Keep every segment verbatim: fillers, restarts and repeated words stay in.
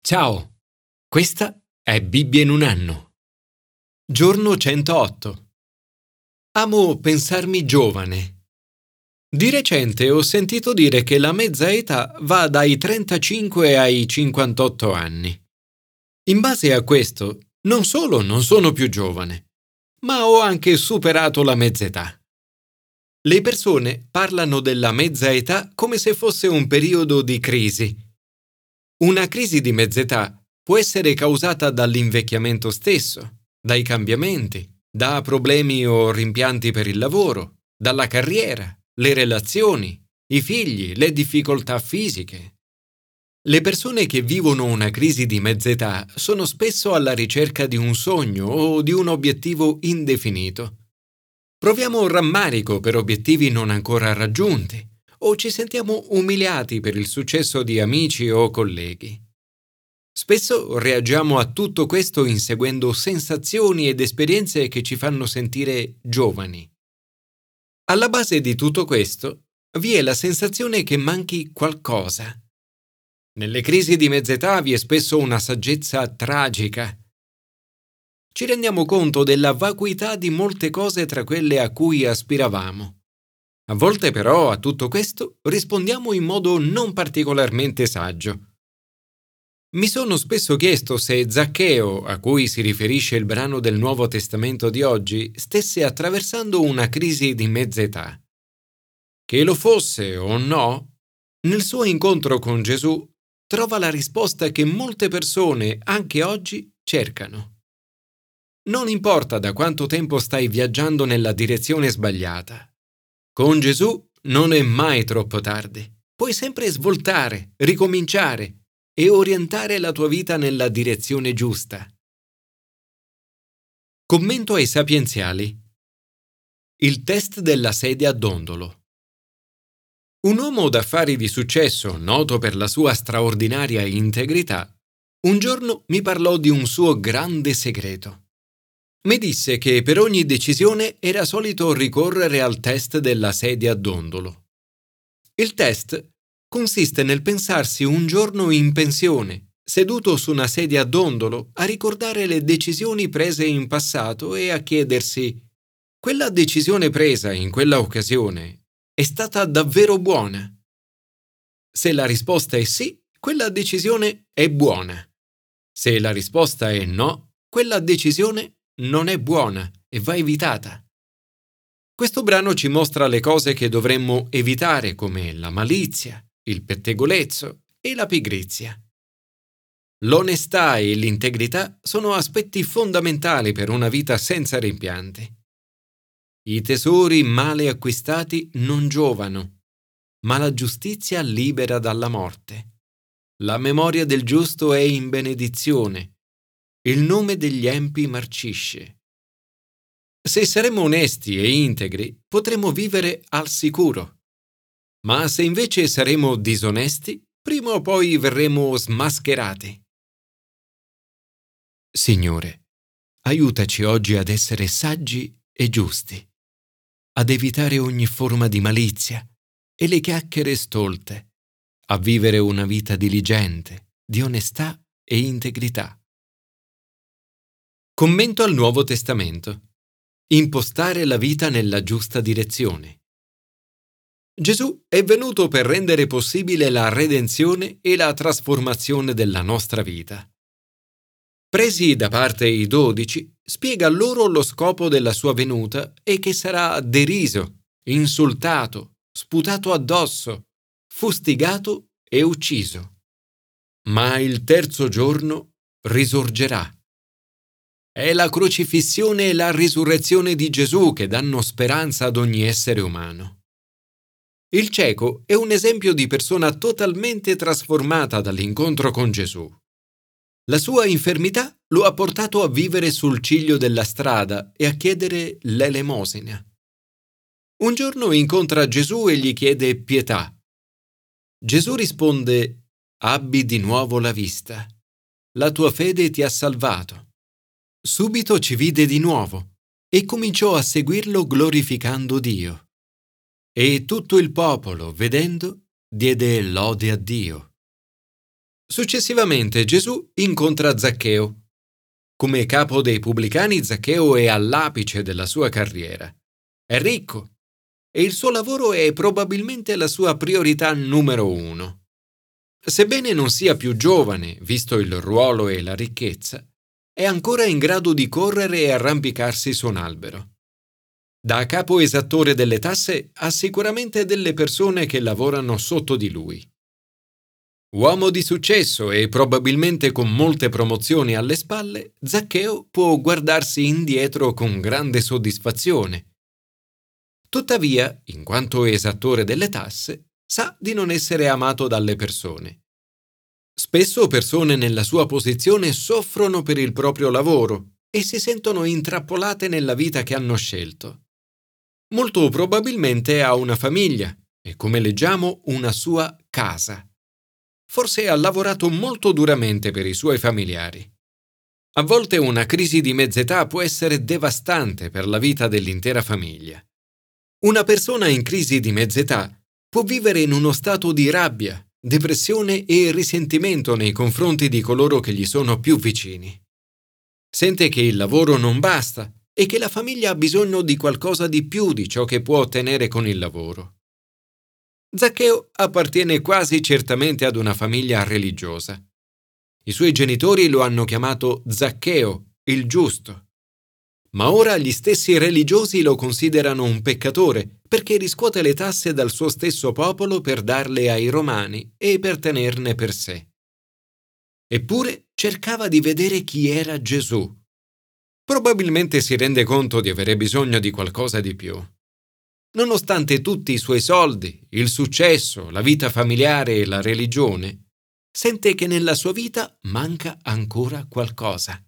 Ciao, questa è Bibbia in un anno. Giorno centootto. Amo pensarmi giovane. Di recente ho sentito dire che la mezza età va dai trentacinque ai cinquantotto anni. In base a questo, non solo non sono più giovane, ma ho anche superato la mezza età. Le persone parlano della mezza età come se fosse un periodo di crisi. Una crisi di mezz'età può essere causata dall'invecchiamento stesso, dai cambiamenti, da problemi o rimpianti per il lavoro, dalla carriera, le relazioni, i figli, le difficoltà fisiche. Le persone che vivono una crisi di mezz'età sono spesso alla ricerca di un sogno o di un obiettivo indefinito. Proviamo rammarico per obiettivi non ancora raggiunti o ci sentiamo umiliati per il successo di amici o colleghi. Spesso reagiamo a tutto questo inseguendo sensazioni ed esperienze che ci fanno sentire giovani. Alla base di tutto questo vi è la sensazione che manchi qualcosa. Nelle crisi di mezz'età vi è spesso una saggezza tragica. Ci rendiamo conto della vacuità di molte cose tra quelle a cui aspiravamo. A volte però a tutto questo rispondiamo in modo non particolarmente saggio. Mi sono spesso chiesto se Zaccheo, a cui si riferisce il brano del Nuovo Testamento di oggi, stesse attraversando una crisi di mezz'età. Che lo fosse o no, nel suo incontro con Gesù trova la risposta che molte persone, anche oggi, cercano. Non importa da quanto tempo stai viaggiando nella direzione sbagliata. Con Gesù non è mai troppo tardi. Puoi sempre svoltare, ricominciare e orientare la tua vita nella direzione giusta. Commento ai sapienziali. Il test della sedia a dondolo. Un uomo d'affari di successo, noto per la sua straordinaria integrità, un giorno mi parlò di un suo grande segreto. Mi disse che per ogni decisione era solito ricorrere al test della sedia a dondolo. Il test consiste nel pensarsi un giorno in pensione, seduto su una sedia a dondolo, a ricordare le decisioni prese in passato e a chiedersi: quella decisione presa in quella occasione è stata davvero buona? Se la risposta è sì, quella decisione è buona. Se la risposta è no, quella decisione non è buona e va evitata. Questo brano ci mostra le cose che dovremmo evitare, come la malizia, il pettegolezzo e la pigrizia. L'onestà e l'integrità sono aspetti fondamentali per una vita senza rimpianti. I tesori male acquistati non giovano, ma la giustizia libera dalla morte. La memoria del giusto è in benedizione. Il nome degli empi marcisce. Se saremo onesti e integri, potremo vivere al sicuro. Ma se invece saremo disonesti, prima o poi verremo smascherati. Signore, aiutaci oggi ad essere saggi e giusti, ad evitare ogni forma di malizia e le chiacchiere stolte, a vivere una vita diligente, di onestà e integrità. Commento al Nuovo Testamento. Impostare la vita nella giusta direzione. Gesù è venuto per rendere possibile la redenzione e la trasformazione della nostra vita. Presi da parte i dodici, spiega loro lo scopo della sua venuta e che sarà deriso, insultato, sputato addosso, fustigato e ucciso. Ma il terzo giorno risorgerà. È la crocifissione e la risurrezione di Gesù che danno speranza ad ogni essere umano. Il cieco è un esempio di persona totalmente trasformata dall'incontro con Gesù. La sua infermità lo ha portato a vivere sul ciglio della strada e a chiedere l'elemosina. Un giorno incontra Gesù e gli chiede pietà. Gesù risponde: «Abbi di nuovo la vista. La tua fede ti ha salvato». Subito ci vide di nuovo e cominciò a seguirlo glorificando Dio. E tutto il popolo, vedendo, diede lode a Dio. Successivamente Gesù incontra Zaccheo. Come capo dei pubblicani, Zaccheo è all'apice della sua carriera. È ricco e il suo lavoro è probabilmente la sua priorità numero uno. Sebbene non sia più giovane, visto il ruolo e la ricchezza, è ancora in grado di correre e arrampicarsi su un albero. Da capo esattore delle tasse ha sicuramente delle persone che lavorano sotto di lui. Uomo di successo e probabilmente con molte promozioni alle spalle, Zaccheo può guardarsi indietro con grande soddisfazione. Tuttavia, in quanto esattore delle tasse, sa di non essere amato dalle persone. Spesso persone nella sua posizione soffrono per il proprio lavoro e si sentono intrappolate nella vita che hanno scelto. Molto probabilmente ha una famiglia e, come leggiamo, una sua casa. Forse ha lavorato molto duramente per i suoi familiari. A volte una crisi di mezz'età può essere devastante per la vita dell'intera famiglia. Una persona in crisi di mezz'età può vivere in uno stato di rabbia, depressione e risentimento nei confronti di coloro che gli sono più vicini. Sente che il lavoro non basta e che la famiglia ha bisogno di qualcosa di più di ciò che può ottenere con il lavoro. Zaccheo appartiene quasi certamente ad una famiglia religiosa. I suoi genitori lo hanno chiamato Zaccheo, il giusto. Ma ora gli stessi religiosi lo considerano un peccatore perché riscuote le tasse dal suo stesso popolo per darle ai romani e per tenerne per sé. Eppure cercava di vedere chi era Gesù. Probabilmente si rende conto di avere bisogno di qualcosa di più. Nonostante tutti i suoi soldi, il successo, la vita familiare e la religione, sente che nella sua vita manca ancora qualcosa.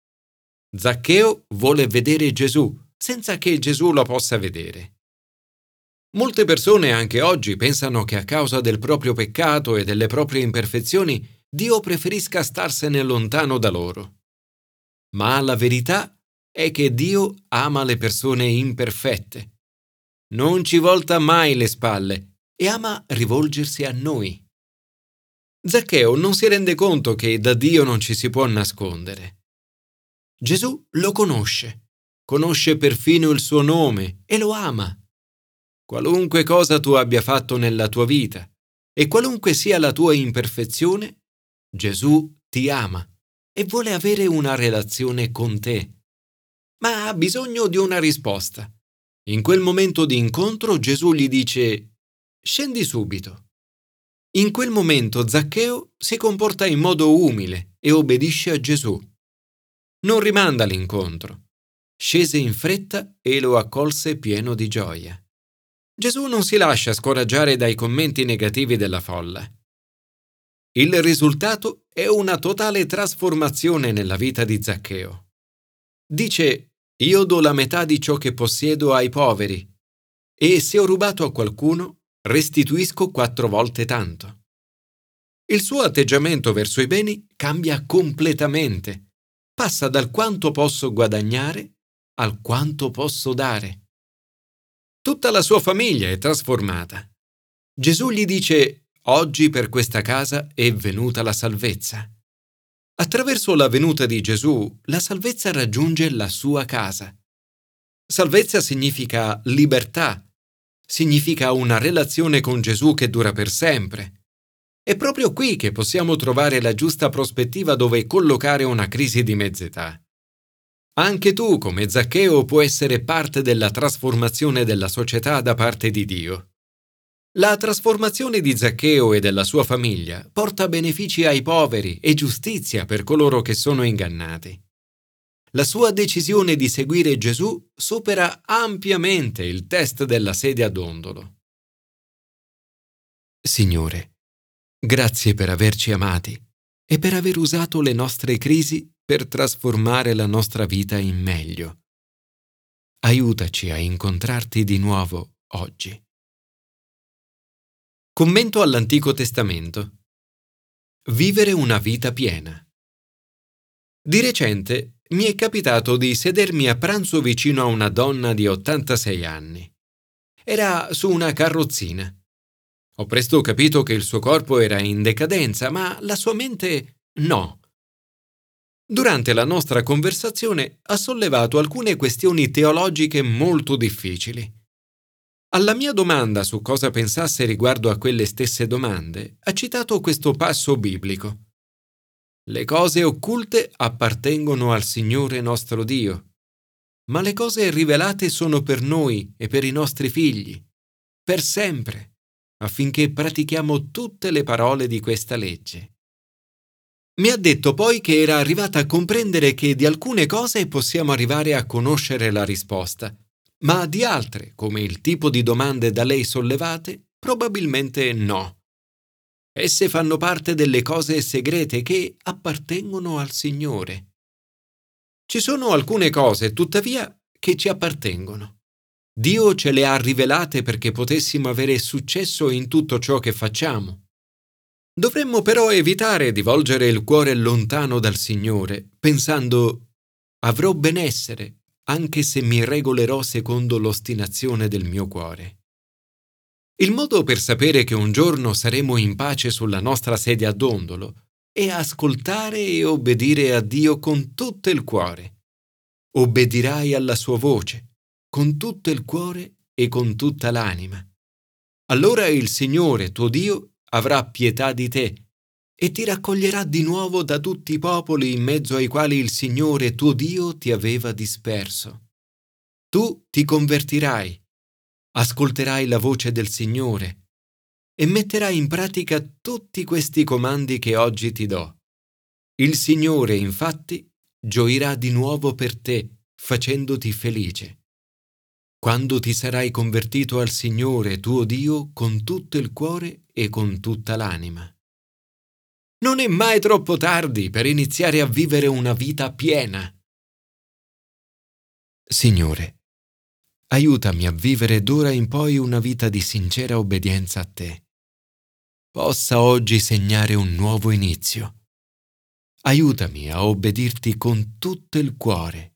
Zaccheo vuole vedere Gesù, senza che Gesù lo possa vedere. Molte persone anche oggi pensano che a causa del proprio peccato e delle proprie imperfezioni Dio preferisca starsene lontano da loro. Ma la verità è che Dio ama le persone imperfette. Non ci volta mai le spalle e ama rivolgersi a noi. Zaccheo non si rende conto che da Dio non ci si può nascondere. Gesù lo conosce, conosce perfino il suo nome e lo ama. Qualunque cosa tu abbia fatto nella tua vita e qualunque sia la tua imperfezione, Gesù ti ama e vuole avere una relazione con te. Ma ha bisogno di una risposta. In quel momento di incontro Gesù gli dice: «Scendi subito». In quel momento Zaccheo si comporta in modo umile e obbedisce a Gesù. Non rimanda l'incontro. Scese in fretta e lo accolse pieno di gioia. Gesù non si lascia scoraggiare dai commenti negativi della folla. Il risultato è una totale trasformazione nella vita di Zaccheo. Dice: «Io do la metà di ciò che possiedo ai poveri e se ho rubato a qualcuno, restituisco quattro volte tanto». Il suo atteggiamento verso i beni cambia completamente. Passa dal quanto posso guadagnare al quanto posso dare. Tutta la sua famiglia è trasformata. Gesù gli dice: «Oggi per questa casa è venuta la salvezza». Attraverso la venuta di Gesù, la salvezza raggiunge la sua casa. Salvezza significa libertà, significa una relazione con Gesù che dura per sempre. È proprio qui che possiamo trovare la giusta prospettiva dove collocare una crisi di mezz'età. Anche tu, come Zaccheo, puoi essere parte della trasformazione della società da parte di Dio. La trasformazione di Zaccheo e della sua famiglia porta benefici ai poveri e giustizia per coloro che sono ingannati. La sua decisione di seguire Gesù supera ampiamente il test della sedia a dondolo. Signore, grazie per averci amati e per aver usato le nostre crisi per trasformare la nostra vita in meglio. Aiutaci a incontrarti di nuovo oggi. Commento all'Antico Testamento. Vivere una vita piena. Di recente mi è capitato di sedermi a pranzo vicino a una donna di ottantasei anni. Era su una carrozzina. Ho presto capito che il suo corpo era in decadenza, ma la sua mente no. Durante la nostra conversazione ha sollevato alcune questioni teologiche molto difficili. Alla mia domanda su cosa pensasse riguardo a quelle stesse domande, ha citato questo passo biblico. Le cose occulte appartengono al Signore nostro Dio, ma le cose rivelate sono per noi e per i nostri figli, per sempre, affinché pratichiamo tutte le parole di questa legge. Mi ha detto poi che era arrivata a comprendere che di alcune cose possiamo arrivare a conoscere la risposta, ma di altre, come il tipo di domande da lei sollevate, probabilmente no. Esse fanno parte delle cose segrete che appartengono al Signore. Ci sono alcune cose, tuttavia, che ci appartengono. Dio ce le ha rivelate perché potessimo avere successo in tutto ciò che facciamo. Dovremmo però evitare di volgere il cuore lontano dal Signore, pensando «avrò benessere, anche se mi regolerò secondo l'ostinazione del mio cuore». Il modo per sapere che un giorno saremo in pace sulla nostra sedia a dondolo è ascoltare e obbedire a Dio con tutto il cuore. Obbedirai alla sua voce, con tutto il cuore e con tutta l'anima. Allora il Signore, tuo Dio, avrà pietà di te e ti raccoglierà di nuovo da tutti i popoli in mezzo ai quali il Signore, tuo Dio, ti aveva disperso. Tu ti convertirai, ascolterai la voce del Signore e metterai in pratica tutti questi comandi che oggi ti do. Il Signore, infatti, gioirà di nuovo per te, facendoti felice. Quando ti sarai convertito al Signore tuo Dio con tutto il cuore e con tutta l'anima. Non è mai troppo tardi per iniziare a vivere una vita piena. Signore, aiutami a vivere d'ora in poi una vita di sincera obbedienza a te. Possa oggi segnare un nuovo inizio. Aiutami a obbedirti con tutto il cuore